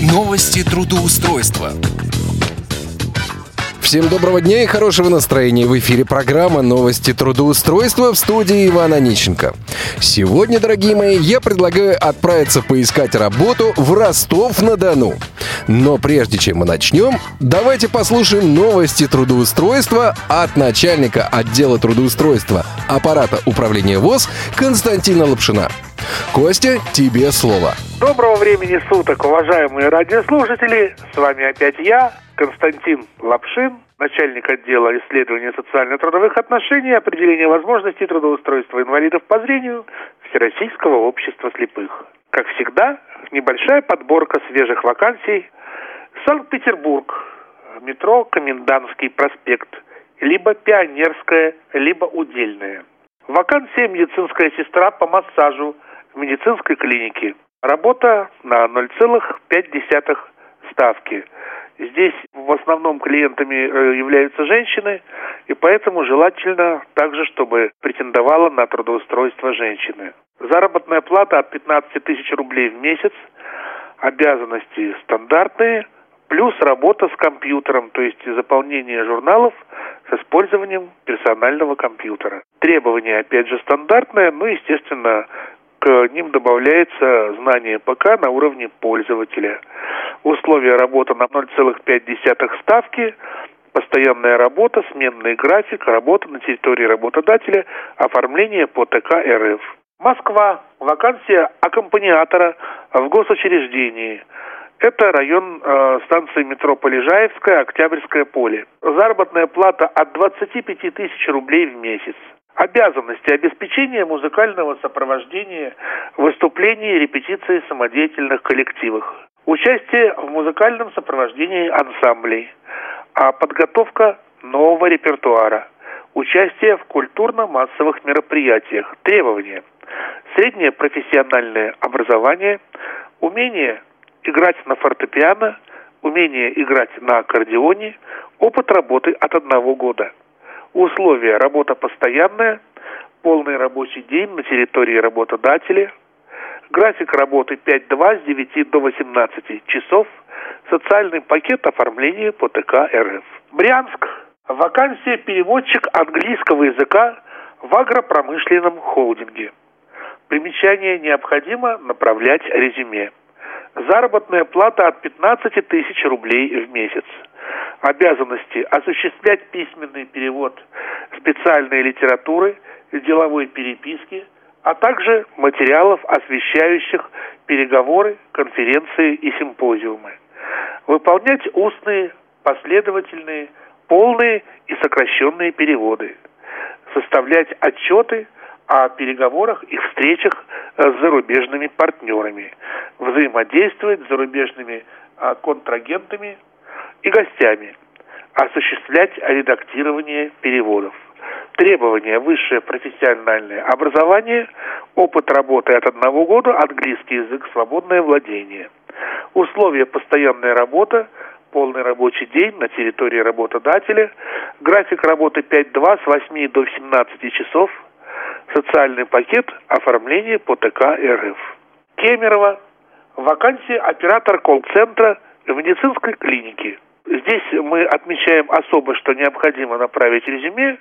Новости трудоустройства. Всем доброго дня и хорошего настроения. В эфире программа «Новости трудоустройства», в студии Иван Онищенко. Сегодня, дорогие мои, я предлагаю отправиться поискать работу в Ростов-на-Дону. Но прежде чем мы начнем, давайте послушаем новости трудоустройства от начальника отдела трудоустройства аппарата управления ВОС Константина Лапшина. Костя, тебе слово. Доброго времени суток, уважаемые радиослушатели. С вами опять я, Константин Лапшин, начальник отдела исследования социально-трудовых отношений и определения возможностей трудоустройства инвалидов по зрению Всероссийского общества слепых. Как всегда, небольшая подборка свежих вакансий. Санкт-Петербург, метро Комендантский проспект, либо Пионерская, либо Удельная. Вакансия медицинская сестра по массажу в медицинской клинике. Работа на 0,5 ставки. Здесь в основном клиентами являются женщины, и поэтому желательно также, чтобы претендовала на трудоустройство женщины. Заработная плата от 15 тысяч рублей в месяц, обязанности стандартные, плюс работа с компьютером, то есть заполнение журналов с использованием персонального компьютера. Требования, опять же, стандартные, но, естественно, к ним добавляется знание ПК на уровне пользователя. Условия работы на 0,5 ставки, постоянная работа, сменный график, работа на территории работодателя, оформление по ТК РФ. Москва. Вакансия аккомпаниатора в госучреждении. Это район станции метро Полежаевская, Октябрьское поле. Заработная плата от 25 тысяч рублей в месяц. Обязанности: обеспечения музыкального сопровождения, выступлений и репетиции в самодеятельных коллективах. Участие в музыкальном сопровождении ансамблей. Подготовка нового репертуара. Участие в культурно-массовых мероприятиях. Требования: среднее профессиональное образование, умение играть на фортепиано, умение играть на аккордеоне, опыт работы от 1 года. Условия: работа постоянная, полный рабочий день на территории работодателя, график работы 5-2 с 9 до 18 часов, социальный пакет оформления по ТК РФ. Брянск. Вакансия переводчик английского языка в агропромышленном холдинге. Примечание: необходимо направлять резюме. Заработная плата от 15 тысяч рублей в месяц. Обязанности: осуществлять письменный перевод специальной литературы, деловой переписки, а также материалов, освещающих переговоры, конференции и симпозиумы. Выполнять устные, последовательные, полные и сокращенные переводы. Составлять отчеты о переговорах и встречах с зарубежными партнерами. Взаимодействовать с зарубежными контрагентами и гостями. Осуществлять редактирование переводов. Требования: высшее профессиональное образование, опыт работы от 1 года, английский язык, свободное владение. Условия: постоянная работа, полный рабочий день на территории работодателя, график работы 5-2 с 8 до 17 часов, социальный пакет, оформление по ТК РФ. Кемерово. Вакансия оператор колл-центра в медицинской клинике. Здесь мы отмечаем особо, что необходимо направить резюме,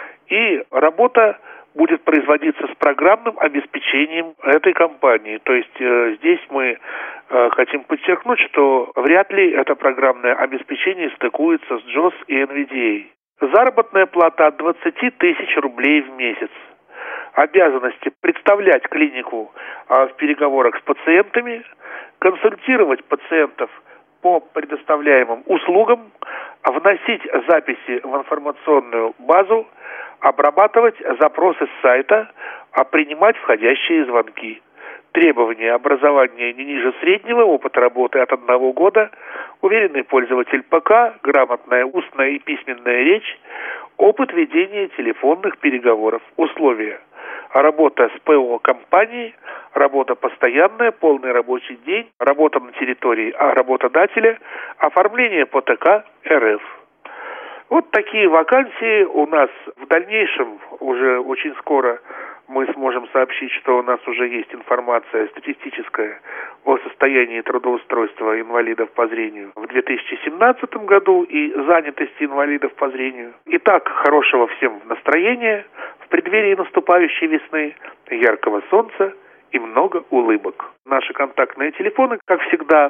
и работа будет производиться с программным обеспечением этой компании. То есть здесь мы хотим подчеркнуть, что вряд ли это программное обеспечение стыкуется с JOS и NVDA. Заработная плата от 20 тысяч рублей в месяц. Обязанности: представлять клинику в переговорах с пациентами, консультировать пациентов по предоставляемым услугам, вносить записи в информационную базу, обрабатывать запросы с сайта, принимать входящие звонки. Требования: образование не ниже среднего, опыт работы от 1 года, уверенный пользователь ПК, грамотная устная и письменная речь, опыт ведения телефонных переговоров. Условия: работа с ПО компанией, работа постоянная, полный рабочий день, работа на территории работодателя, оформление по ТК РФ. Вот такие вакансии у нас в дальнейшем, уже очень скоро мы сможем сообщить, что у нас уже есть информация статистическая о состоянии трудоустройства инвалидов по зрению в 2017 году и занятости инвалидов по зрению. Итак, хорошего всем настроения в преддверии наступающей весны, яркого солнца и много улыбок. Наши контактные телефоны, как всегда,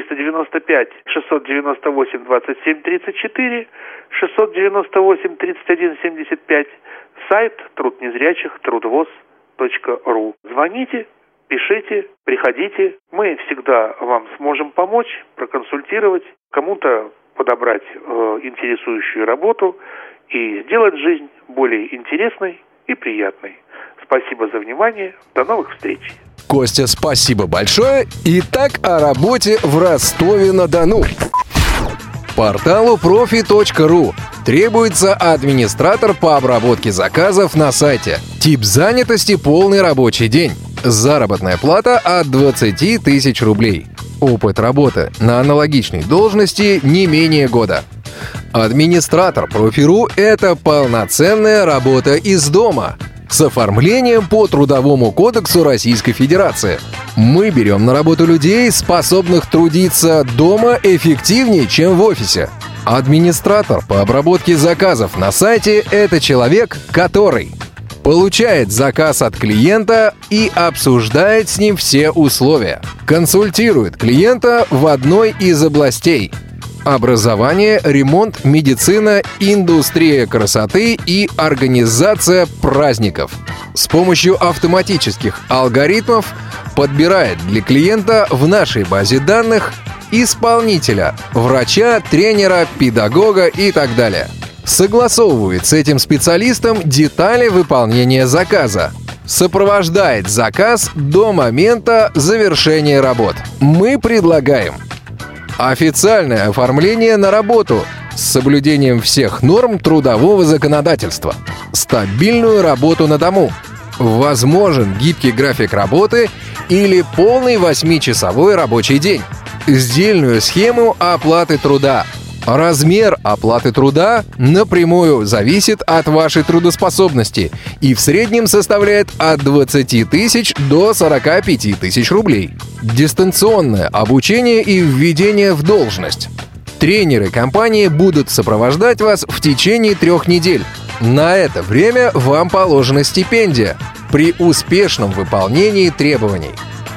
495-698-27-34, 698-31-75, сайт труд незрячих трудвоз.ру. Звоните, пишите, приходите. Мы всегда вам сможем помочь, проконсультировать, кому-то подобрать интересующую работу и сделать жизнь более интересной и приятной. Спасибо за внимание. До новых встреч. Костя, спасибо большое. Итак, о работе в Ростове-на-Дону. Порталу profi.ru требуется администратор по обработке заказов на сайте. Тип занятости – полный рабочий день. Заработная плата от 20 тысяч рублей. Опыт работы на аналогичной должности не менее года. Администратор Профи.ру – это полноценная работа из дома с оформлением по Трудовому кодексу Российской Федерации. Мы берем на работу людей, способных трудиться дома эффективнее, чем в офисе. Администратор по обработке заказов на сайте – это человек, который получает заказ от клиента и обсуждает с ним все условия, консультирует клиента в одной из областей: образование, ремонт, медицина, индустрия красоты и организация праздников. С помощью автоматических алгоритмов подбирает для клиента в нашей базе данных исполнителя, врача, тренера, педагога и так далее. Согласовывает с этим специалистом детали выполнения заказа. Сопровождает заказ до момента завершения работ. Мы предлагаем официальное оформление на работу с соблюдением всех норм трудового законодательства, стабильную работу на дому, возможен гибкий график работы или полный 8-часовой рабочий день, сдельную схему оплаты труда. Размер оплаты труда напрямую зависит от вашей трудоспособности и в среднем составляет от 20 тысяч до 45 тысяч рублей. Дистанционное обучение и введение в должность. Тренеры компании будут сопровождать вас в течение 3 недель. На это время вам положена стипендия при успешном выполнении требований.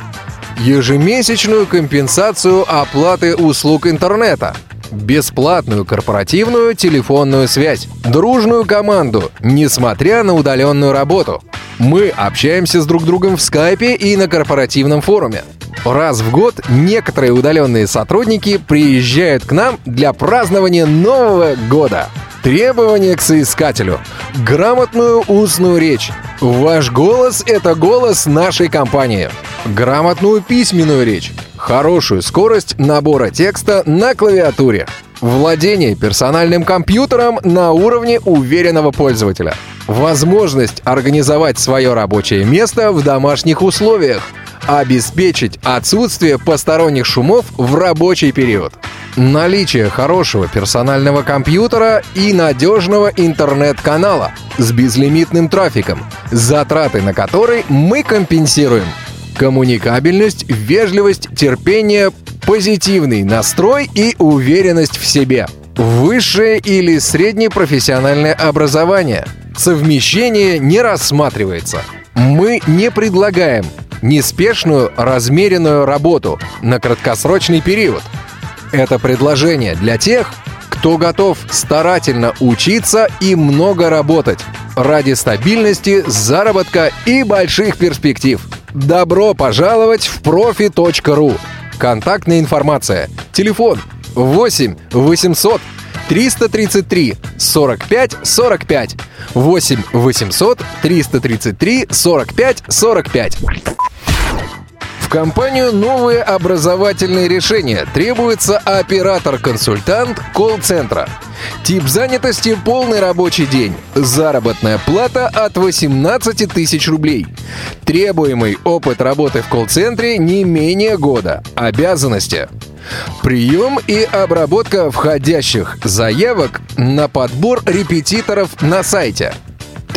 Ежемесячную компенсацию оплаты услуг интернета. Бесплатную корпоративную телефонную связь. Дружную команду, несмотря на удаленную работу. Мы общаемся с друг другом в скайпе и на корпоративном форуме. Раз в год некоторые удаленные сотрудники приезжают к нам для празднования Нового года. Требования к соискателю. Грамотную устную речь. Ваш голос – это голос нашей компании. Грамотную письменную речь. Хорошую скорость набора текста на клавиатуре. Владение персональным компьютером на уровне уверенного пользователя. Возможность организовать свое рабочее место в домашних условиях. Обеспечить отсутствие посторонних шумов в рабочий период. Наличие хорошего персонального компьютера и надежного интернет-канала с безлимитным трафиком, затраты на который мы компенсируем. Коммуникабельность, вежливость, терпение, позитивный настрой и уверенность в себе. Высшее или среднее профессиональное образование. Совмещение не рассматривается. Мы не предлагаем неспешную, размеренную работу на краткосрочный период. Это предложение для тех, кто готов старательно учиться и много работать ради стабильности, заработка и больших перспектив. Добро пожаловать в profi.ru. Контактная информация. Телефон 8 800 333 45 45. 8 800 333 45 45. В компанию «Новые образовательные решения» требуется оператор-консультант колл-центра. Тип занятости – полный рабочий день. Заработная плата от 18 тысяч рублей. Требуемый опыт работы в колл-центре не менее года. Обязанности: прием и обработка входящих заявок на подбор репетиторов на сайте.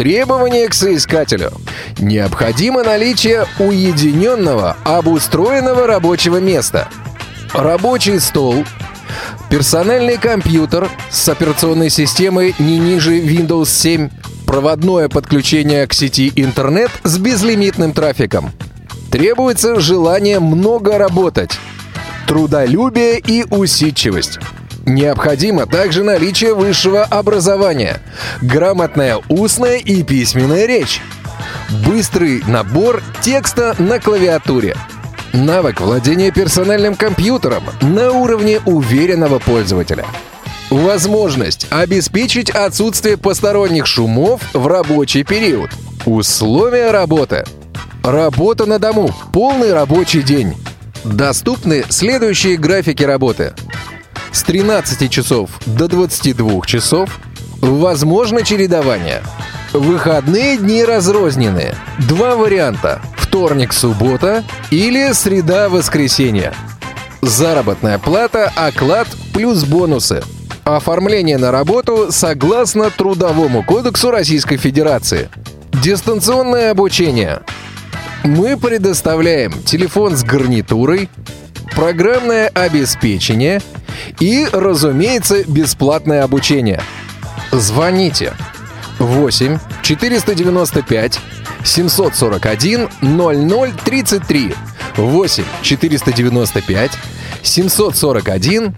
Требования к соискателю. Необходимо наличие уединенного, обустроенного рабочего места. Рабочий стол. Персональный компьютер с операционной системой не ниже Windows 7. Проводное подключение к сети интернет с безлимитным трафиком. Требуется желание много работать. Трудолюбие и усидчивость. Необходимо также наличие высшего образования, грамотная устная и письменная речь, быстрый набор текста на клавиатуре, навык владения персональным компьютером на уровне уверенного пользователя, возможность обеспечить отсутствие посторонних шумов в рабочий период, условия работы, работа на дому, полный рабочий день. Доступны следующие графики работы. С 13 часов до 22 часов. Возможно чередование. Выходные дни разрозненные. 2 варианта. Вторник-суббота или среда-воскресенье. Заработная плата, оклад плюс бонусы. Оформление на работу согласно Трудовому кодексу Российской Федерации. Дистанционное обучение. Мы предоставляем телефон с гарнитурой, программное обеспечение и, разумеется, бесплатное обучение. Звоните 8 495 741 0033 8 495 741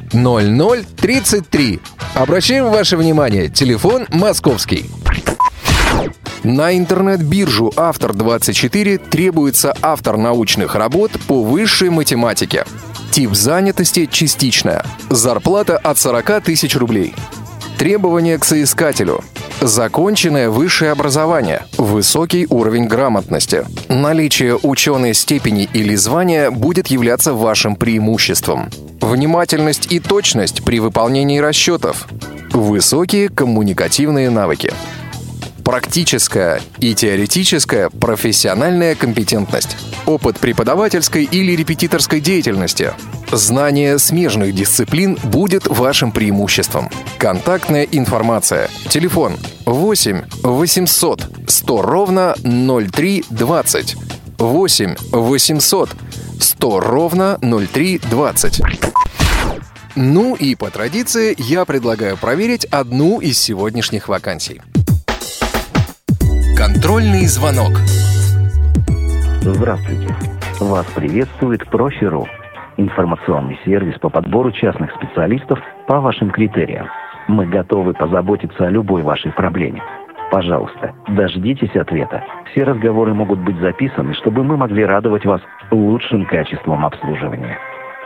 0033. Обращаем ваше внимание, телефон московский. На интернет-биржу «Автор-24» требуется автор научных работ по высшей математике. Тип занятости – частичная. Зарплата от 40 тысяч рублей. Требования к соискателю. Законченное высшее образование. Высокий уровень грамотности. Наличие ученой степени или звания будет являться вашим преимуществом. Внимательность и точность при выполнении расчетов. Высокие коммуникативные навыки. Практическая и теоретическая профессиональная компетентность. Опыт преподавательской или репетиторской деятельности. Знание смежных дисциплин будет вашим преимуществом. Контактная информация. Телефон 8 800 100 ровно 0320. 8 800 100 ровно 0320. Ну и по традиции я предлагаю проверить одну из сегодняшних вакансий. Контрольный звонок. Здравствуйте. Вас приветствует Профи.ру. Информационный сервис по подбору частных специалистов по вашим критериям. Мы готовы позаботиться о любой вашей проблеме. Пожалуйста, дождитесь ответа. Все разговоры могут быть записаны, чтобы мы могли радовать вас лучшим качеством обслуживания.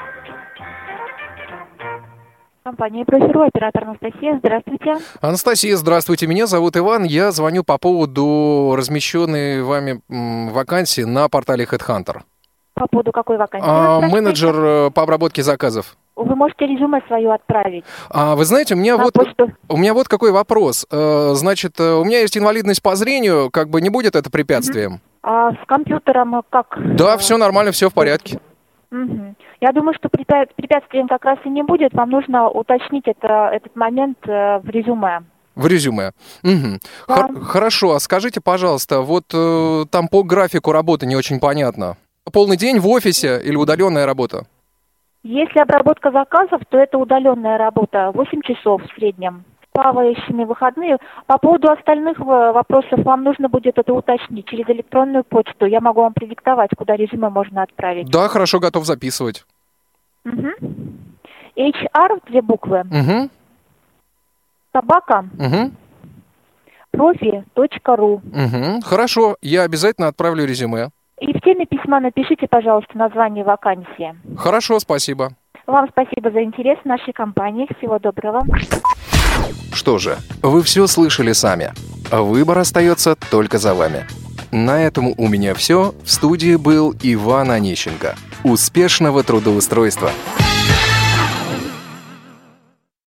Компания «Профи.ру», оператор Анастасия. Здравствуйте. Анастасия, здравствуйте. Меня зовут Иван. Я звоню по поводу размещенной вами вакансии на портале HeadHunter. По поводу какой вакансии? Менеджер по обработке заказов. Вы можете резюме свое отправить. Вы знаете, у меня вот какой вопрос. Значит, у меня есть инвалидность по зрению, как бы не будет это препятствием? А с компьютером как? Да, все нормально, все в порядке. Угу. Я думаю, что препятствием как раз и не будет. Вам нужно уточнить этот момент в резюме. В резюме. Угу. Да. Хорошо, а скажите, пожалуйста, вот там по графику работы не очень понятно. Полный день в офисе или удаленная работа? Если обработка заказов, то это удаленная работа, 8 часов в среднем. Плавающими выходные. По поводу остальных вопросов вам нужно будет это уточнить через электронную почту. Я могу вам продиктовать, куда резюме можно отправить. Да, хорошо, готов записывать. Угу. HR, 2 буквы. Угу. Собака. Угу. Профи.ру. Угу. Хорошо, я обязательно отправлю резюме. И в теме письма напишите, пожалуйста, название вакансии. Хорошо, спасибо. Вам спасибо за интерес в нашей компании. Всего доброго. Что же, вы все слышали сами. Выбор остается только за вами. На этом у меня все. В студии был Иван Онищенко. Успешного трудоустройства!